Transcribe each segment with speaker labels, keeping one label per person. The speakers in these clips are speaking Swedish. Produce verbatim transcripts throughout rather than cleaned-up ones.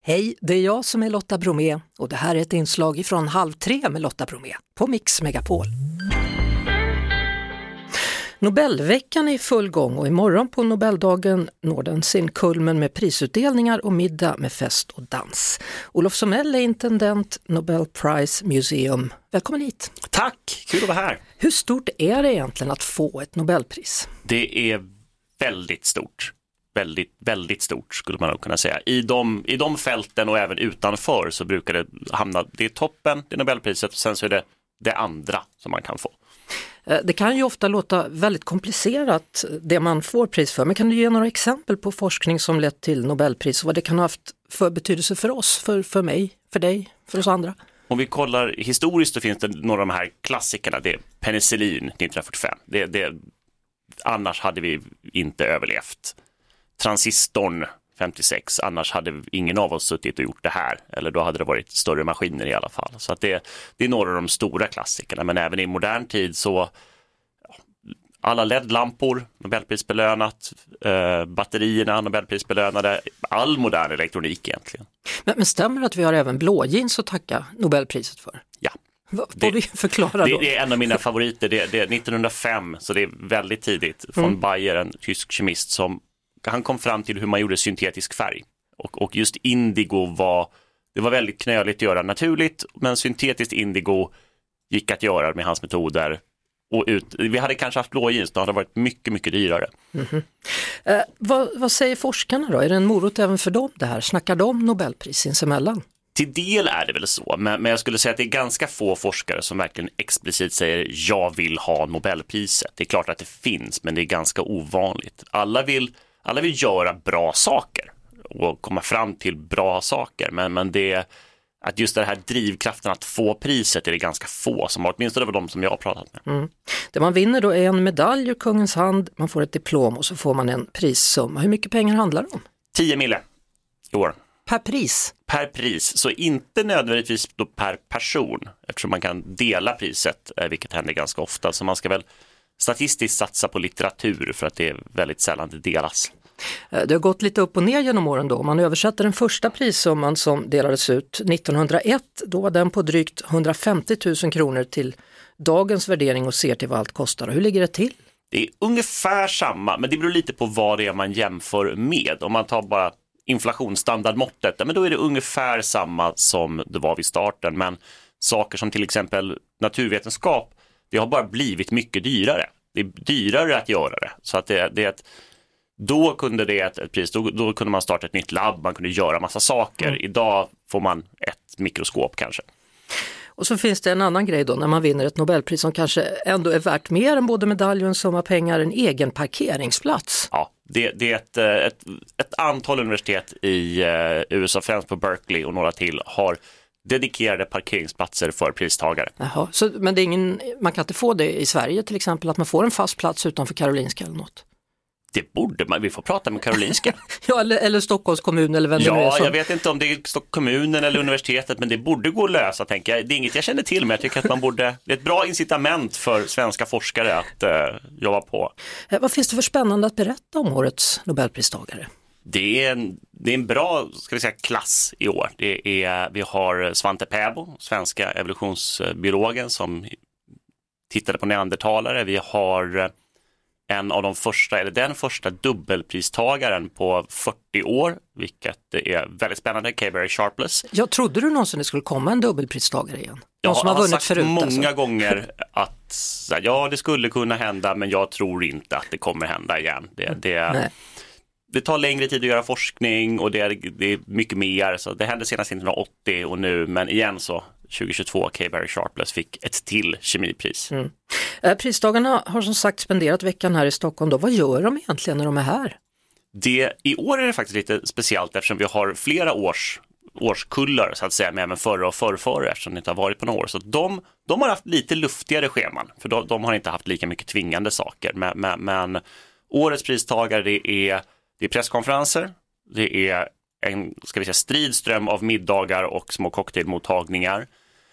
Speaker 1: Hej, det är jag som är Lotta Bromé och det här är ett inslag ifrån Halv tre med Lotta Bromé på Mix Megapol. Nobelveckan är i full gång och imorgon på Nobeldagen når den sin kulmen med prisutdelningar och middag med fest och dans. Olof Somell är intendent Nobel Prize Museum. Välkommen hit.
Speaker 2: Tack, kul att vara här.
Speaker 1: Hur stort är det egentligen att få ett Nobelpris?
Speaker 2: Det är väldigt stort. Väldigt, väldigt stort skulle man nog kunna säga. I de, I de fälten och även utanför så brukar det hamna, det är toppen, det är Nobelpriset och sen så är det det andra som man kan få.
Speaker 1: Det kan ju ofta låta väldigt komplicerat det man får pris för, men kan du ge några exempel på forskning som lett till Nobelpris och vad det kan ha haft för betydelse för oss, för, för mig, för dig, för oss andra?
Speaker 2: Om vi kollar historiskt så finns det några av de här klassikerna, det är penicillin nittonhundrafyrtiofem, det, det, annars hade vi inte överlevt. Transistorn femtiosex, annars hade ingen av oss suttit och gjort det här, eller då hade det varit större maskiner i alla fall. Så att det, det är några av de stora klassikerna, men även i modern tid så alla L E D-lampor Nobelprisbelönat, eh, batterierna Nobelprisbelönade, all modern elektronik egentligen.
Speaker 1: Men, men stämmer att vi har även blåjeans att tacka Nobelpriset för?
Speaker 2: Ja.
Speaker 1: Vad får vi förklara
Speaker 2: det,
Speaker 1: då?
Speaker 2: det är en av mina favoriter, det, det är nittonhundrafem, så det är väldigt tidigt, från
Speaker 1: Mm.
Speaker 2: Bayer, en tysk kemist som han kom fram till hur man gjorde syntetisk färg. Och, och just indigo var, det var väldigt knöligt att göra naturligt, men syntetiskt indigo gick att göra med hans metoder. Och ut, vi hade kanske haft blåjeans, då hade det varit mycket, mycket dyrare.
Speaker 1: Mm-hmm. Eh, vad, vad säger forskarna då? Är det en morot även för dem det här? Snackar de Nobelpris sinsemellan?
Speaker 2: Till del är det väl så, men, men jag skulle säga att det är ganska få forskare som verkligen explicit säger jag vill ha Nobelpriset. Det är klart att det finns, men det är ganska ovanligt. Alla vill Alla vill göra bra saker och komma fram till bra saker, men, men det att just den här drivkraften att få priset är det ganska få som har, åtminstone var de som jag har pratat med.
Speaker 1: Mm. Det man vinner då är en medalj ur kungens hand, man får ett diplom och så får man en prissumma. Hur mycket pengar handlar det om?
Speaker 2: tio mille i år.
Speaker 1: Per pris?
Speaker 2: Per pris, så inte nödvändigtvis då per person, eftersom man kan dela priset, vilket händer ganska ofta, så man ska väl statistiskt satsa på litteratur för att det är väldigt sällan det delas.
Speaker 1: Det har gått lite upp och ner genom åren då. Man översätter den första prissumman som delades ut nittonhundraett, då var den på drygt hundrafemtio tusen kronor till dagens värdering och ser till vad allt kostar. Hur ligger det till?
Speaker 2: Det är ungefär samma, men det beror lite på vad det är man jämför med. Om man tar bara inflationsstandardmåttet, men då är det ungefär samma som det var vid starten. Men saker som till exempel naturvetenskap, det har bara blivit mycket dyrare. Det är dyrare att göra det. Så att det, det är ett, då kunde det ett, ett pris, då, då kunde man starta ett nytt labb, man kunde göra massa saker. Mm. Idag får man ett mikroskop kanske.
Speaker 1: Och så finns det en annan grej då när man vinner ett Nobelpris som kanske ändå är värt mer än både medalj och en summa pengar, en egen parkeringsplats.
Speaker 2: Ja, det, det är ett, ett, ett antal universitet i uh, U S A, främst på Berkeley och några till, har dedikerade parkeringsplatser för pristagare.
Speaker 1: Jaha, så, men det är ingen, man kan inte få det i Sverige till exempel, att man får en fast plats utanför Karolinska eller något?
Speaker 2: Det borde man, vi får prata med Karolinska.
Speaker 1: Ja, eller, eller Stockholms kommun eller vem det nu är.
Speaker 2: Ja,
Speaker 1: Så.
Speaker 2: jag vet inte om det är Stockholms kommunen eller universitetet, men det borde gå att lösa, tänker jag. Det är inget jag känner till, men jag tycker att man borde, det är ett bra incitament för svenska forskare att uh, jobba på.
Speaker 1: Eh, vad finns det för spännande att berätta om årets Nobelpristagare?
Speaker 2: Det är en, det är en bra, ska vi säga, klass i år. Det är, vi har Svante Pääbo, svenska evolutionsbiologen som tittade på neandertalare. Vi har en av de första, eller den första dubbelpristagaren på fyrtio år, vilket är väldigt spännande, K-Berry Sharpless.
Speaker 1: Jag trodde du någonsin det skulle komma en dubbelpristagare igen?
Speaker 2: Jag
Speaker 1: som har,
Speaker 2: har
Speaker 1: vunnit
Speaker 2: sagt
Speaker 1: förut,
Speaker 2: många
Speaker 1: alltså.
Speaker 2: gånger att ja, det skulle kunna hända, men jag tror inte att det kommer hända igen. Det, det, det tar längre tid att göra forskning och det är, det är mycket mer. Så det hände senast nittonhundraåttio och nu, men igen så tjugohundratjugotvå, K-Berry Sharpless fick ett till kemipris.
Speaker 1: Mm. Eh, pristagarna har som sagt spenderat veckan här i Stockholm. Då. Vad gör de egentligen när de är här?
Speaker 2: Det, i år är det faktiskt lite speciellt eftersom vi har flera års, årskullar så att säga, med även förra och förrförra eftersom det inte har varit på några år. Så de, de har haft lite luftigare scheman, för de, de har inte haft lika mycket tvingande saker. Men, men, men årets pristagare, det är, det är presskonferenser, det är en, ska vi säga, stridström av middagar och små cocktailmottagningar.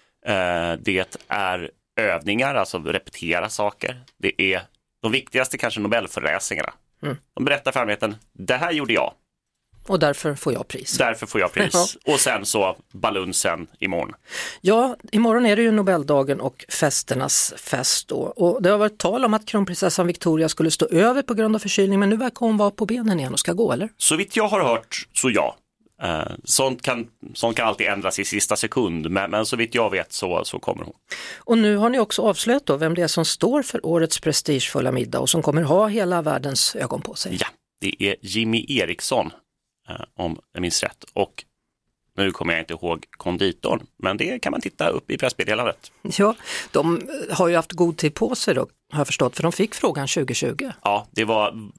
Speaker 2: Eh, det är övningar, alltså repetera saker. Det är de viktigaste kanske Nobelföreläsningarna. Mm. De berättar för allmänheten, det här gjorde jag.
Speaker 1: Och därför får jag pris.
Speaker 2: Därför får jag pris. Ja. Och sen så balunsen imorgon.
Speaker 1: Ja, imorgon är det ju Nobeldagen och festernas fest då. Och det har varit tal om att kronprinsessan Victoria skulle stå över på grund av förkylning, men nu verkar hon vara på benen igen och ska gå, eller?
Speaker 2: Så vitt jag har hört så ja. Uh, sånt, kan, sånt kan alltid ändras i sista sekund, men, men så vitt jag vet så, så kommer hon.
Speaker 1: Och nu har ni också avslöjat då vem det är som står för årets prestigefulla middag och som kommer ha hela världens ögon på sig.
Speaker 2: Ja, det är Jimmy Eriksson, uh, om jag minns rätt. Och nu kommer jag inte ihåg konditorn, men det kan man titta upp i pressmeddelandet.
Speaker 1: Ja, de har ju haft god tid på sig då, har jag förstått, för de fick frågan tjugo tjugo.
Speaker 2: Ja, det var...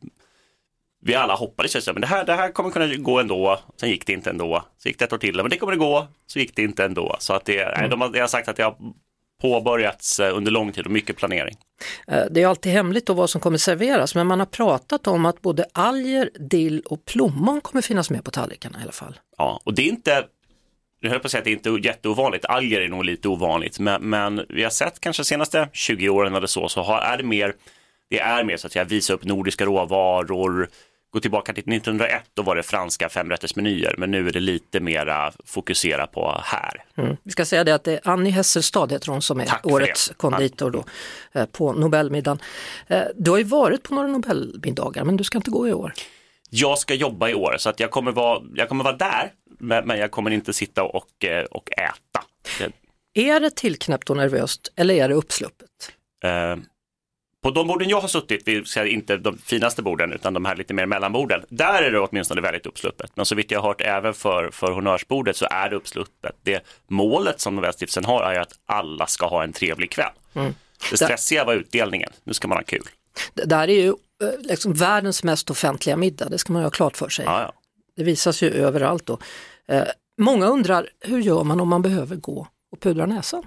Speaker 2: Vi alla hoppades, men det här, det här kommer kunna gå ändå. Sen gick det inte ändå. Så gick det ett år till, men det kommer det gå. Så gick det inte ändå. Så att det, mm. de har, de har sagt att det har påbörjats under lång tid och mycket planering.
Speaker 1: Det är alltid hemligt då vad som kommer serveras, men man har pratat om att både alger, dill och plommon kommer finnas med på tallrikarna i alla fall.
Speaker 2: Ja, och det är inte... Jag höll på att säga att det är inte jätteovanligt. Alger är nog lite ovanligt, men, men vi har sett kanske de senaste tjugo åren eller så, så har, är det mer... Det är mer så att jag visar upp nordiska råvaror. Gå tillbaka till nittonhundraett, då var det franska femrättersmenyer, men nu är det lite mera fokusera på här.
Speaker 1: Mm. Vi ska säga det att det är Annie Hesselstad heter hon som är årets konditor då, eh, på Nobelmiddagen. Eh, du har ju varit på några Nobelmiddagar, men du ska inte gå i år.
Speaker 2: Jag ska jobba i år, så att jag kommer vara, jag kommer vara där, men, men jag kommer inte sitta och, och äta. Det...
Speaker 1: Är det tillknäppt och nervöst, eller är det uppsluppet?
Speaker 2: Eh... På de borden jag har suttit, vi ser inte de finaste borden utan de här lite mer mellanborden, där är det åtminstone väldigt uppsluppet. Men så vitt jag har hört även för, för honnörsbordet så är det uppsluppet. Det målet som Nobelstiftelsen har är att alla ska ha en trevlig kväll. Mm. Det stressiga var utdelningen, nu ska man ha kul.
Speaker 1: Det där är ju liksom världens mest offentliga middag, det ska man ha klart för sig.
Speaker 2: Ja, ja.
Speaker 1: Det visas ju överallt då. Eh, många undrar, hur gör man om man behöver gå och pudra näsan?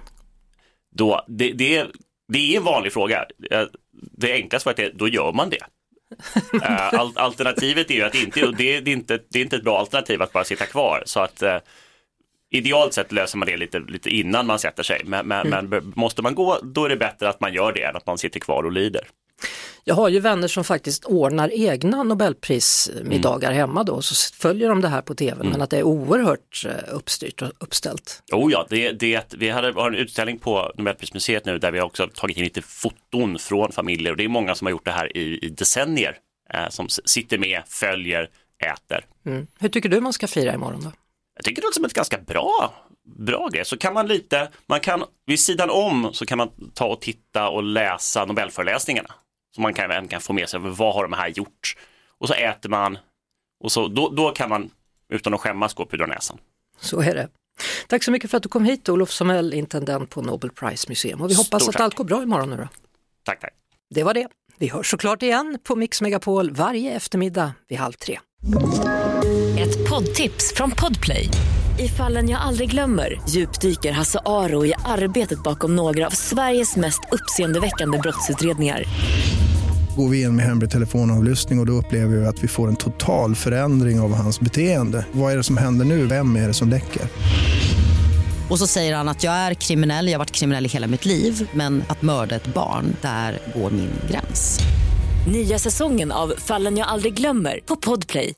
Speaker 2: Då, det, det är... Det är en vanlig fråga. Det enklaste var att då gör man det. All, alternativet är ju att inte, och det, det, är inte, det är inte ett bra alternativ att bara sitta kvar. Så att uh, idealt sett löser man det lite, lite innan man sätter sig. Men, men, mm. men måste man gå, då är det bättre att man gör det än att man sitter kvar och lider. Jag
Speaker 1: har ju vänner som faktiskt ordnar egna Nobelprismiddagar mm. hemma då, så följer de det här på tv, mm. men att det är oerhört uppstyrt och uppställt.
Speaker 2: Oh ja, det, det, vi hade, har en utställning på Nobelprismuseet nu där vi har också tagit in lite foton från familjer, och det är många som har gjort det här i, i decennier, eh, som sitter med, följer, äter.
Speaker 1: Mm. Hur tycker du man ska fira imorgon då?
Speaker 2: Jag tycker det låter som ett ganska bra, bra grej. Så kan man lite, man kan, vid sidan om så kan man ta och titta och läsa Nobelföreläsningarna. Så man kan även kan få med sig vad har de här gjort. Och så äter man och så, då, då kan man utan att skämmas gå och pudra näsan.
Speaker 1: Så är det. Tack så mycket för att du kom hit, Olof Somell, intendent på Nobel Prize Museum. Och vi hoppas Stort att tack. Allt går bra imorgon nu då.
Speaker 2: Tack, tack.
Speaker 1: Det var det. Vi hörs såklart igen på Mix Megapol varje eftermiddag vid halv tre.
Speaker 3: Ett poddtips från Podplay. I Fallen jag aldrig glömmer djupdyker Hasse Aro i arbetet bakom några av Sveriges mest uppseendeväckande brottsutredningar.
Speaker 4: Går vi in med hemlig telefonavlyssning och, och då upplever vi att vi får en total förändring av hans beteende. Vad är det som händer nu? Vem är det som läcker?
Speaker 5: Och så säger han att jag är kriminell, jag har varit kriminell i hela mitt liv, men att mörda ett barn, där går min gräns.
Speaker 3: Nya säsongen av Fallen jag aldrig glömmer på Podplay.